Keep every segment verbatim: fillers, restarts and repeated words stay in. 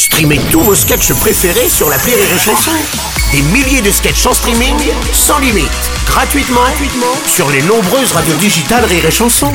Streamez tous vos sketchs préférés sur l'appli Rire et Chanson. Des milliers de sketchs en streaming, sans limite, gratuitement, gratuitement sur les nombreuses radios digitales Rire et Chanson.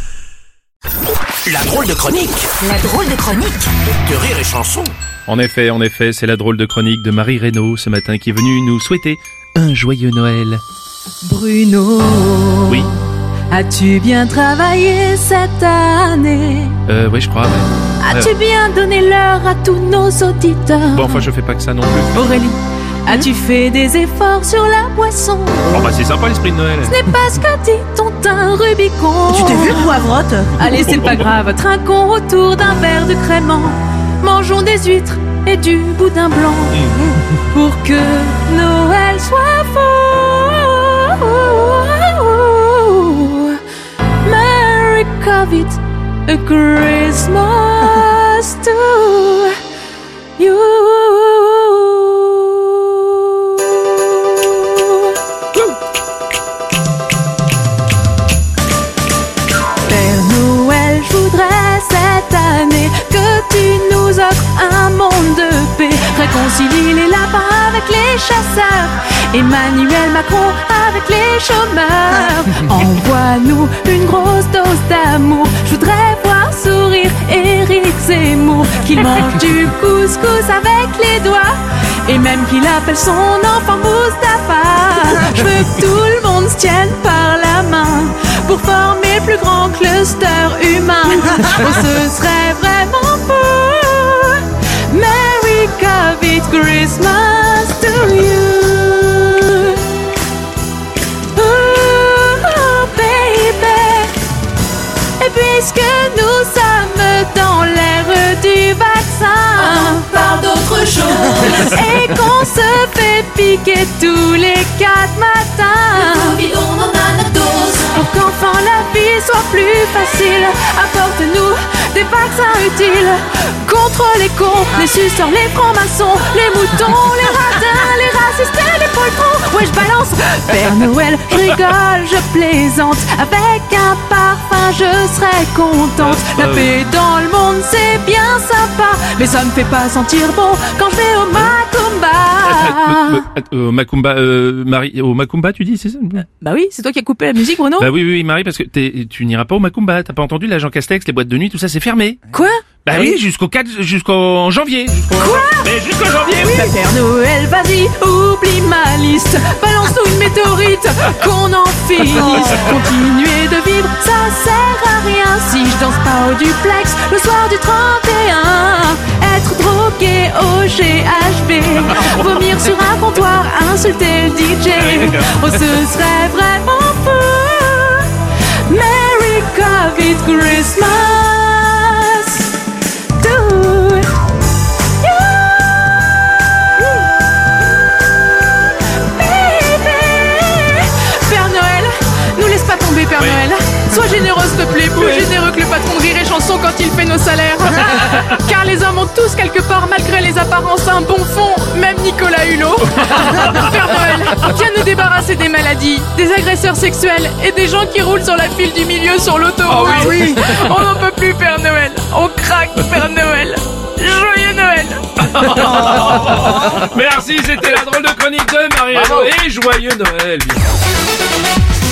La drôle de chronique. La drôle de chronique de Rire et Chanson. En effet, en effet, c'est la drôle de chronique de Marie Reynaud ce matin qui est venue nous souhaiter un joyeux Noël. Bruno, Oui, as-tu bien travaillé cette année? euh, oui, je crois, ouais. As-tu Euh, bien donné l'heure à tous nos auditeurs? Bon, enfin, je fais pas que ça non plus. Aurélie, as-tu fait des efforts sur la boisson? Oh, bah, c'est sympa l'esprit de Noël. Ce n'est pas ce que dit ton teint Rubicon. Tu t'es vu, poivrotte? Allez, c'est pas grave, trinquons autour d'un verre de crément. Mangeons des huîtres et du boudin blanc pour que Noël soit fou. Merry Covid, a Christmas to you. Père Noël, je voudrais cette année que tu nous offres un monde de paix. Réconcilie les lapins avec les chasseurs, Emmanuel Macron avec les chômeurs. Envoie-nous une grosse dose d'amour. Je voudrais voir sourire Éric Zemmour, qu'il mange du couscous avec les doigts et même qu'il appelle son enfant Moustapha. Je veux que tout le monde se tienne par la main pour former le plus grand cluster humain. Oh, ce serait vraiment beau. Merry Covid Christmas to you. Oh, baby. Et puisque nous sommes dans l'ère du vaccin, on parle d'autre chose. Et qu'on se fait piquer tous les quatre matins, on en a notre dose. Pour qu'enfin la vie soit plus facile, apporte-nous des vaccins utiles contre les cons, les suceurs, les francs-maçons, les moutons, les radins, les racistes et les poltrons. Ouais, je balance. Père Noël, je rigole, je plaisante. Avec un parfum, je serais contente. La paix dans le monde, c'est bien sympa, mais ça me fait pas sentir bon quand je vais au Macumba. Euh, euh, au Macumba, euh, Marie, au Macumba, tu dis, c'est ça? Bah oui, c'est toi qui as coupé la musique, Bruno. Bah oui, oui, oui, Marie, parce que t'es, tu n'iras pas au Macumba. T'as pas entendu, la Jean Castex, les boîtes de nuit, tout ça, c'est fermé. Quoi? Bah oui, jusqu'au quatre, jusqu'au janvier. Jusqu'au... Quoi? Mais jusqu'au janvier, oui. Bah, Père Noël, vas-y, oublie ma liste. Balance-nous une météorite, qu'on en finisse. Continuer de vivre, ça sert à rien si je danse pas au duplex le soir du trente et un. Être drogué au G H B, vomir sur un comptoir, insulter le D J. Oh, ce serait vraiment fou. Merry Covid Christmas to you, baby. Père Noël, nous laisse pas tomber, Père Oui. Noël. Sois généreux, s'il te plaît, plus généreux que le patron de Rire et Chanson quand il fait nos salaires. Car les hommes ont tous quelque part, malgré les apparences, un bon fond, même Nicolas Hulot. Père Noël, viens nous débarrasser des maladies, des agresseurs sexuels et des gens qui roulent sur la file du milieu sur l'autoroute. Ah oui. On n'en peut plus, Père Noël. On craque, Père Noël. Joyeux Noël. Merci, c'était la drôle de chronique de Marie Reynaud. Et joyeux Noël, bien sûr.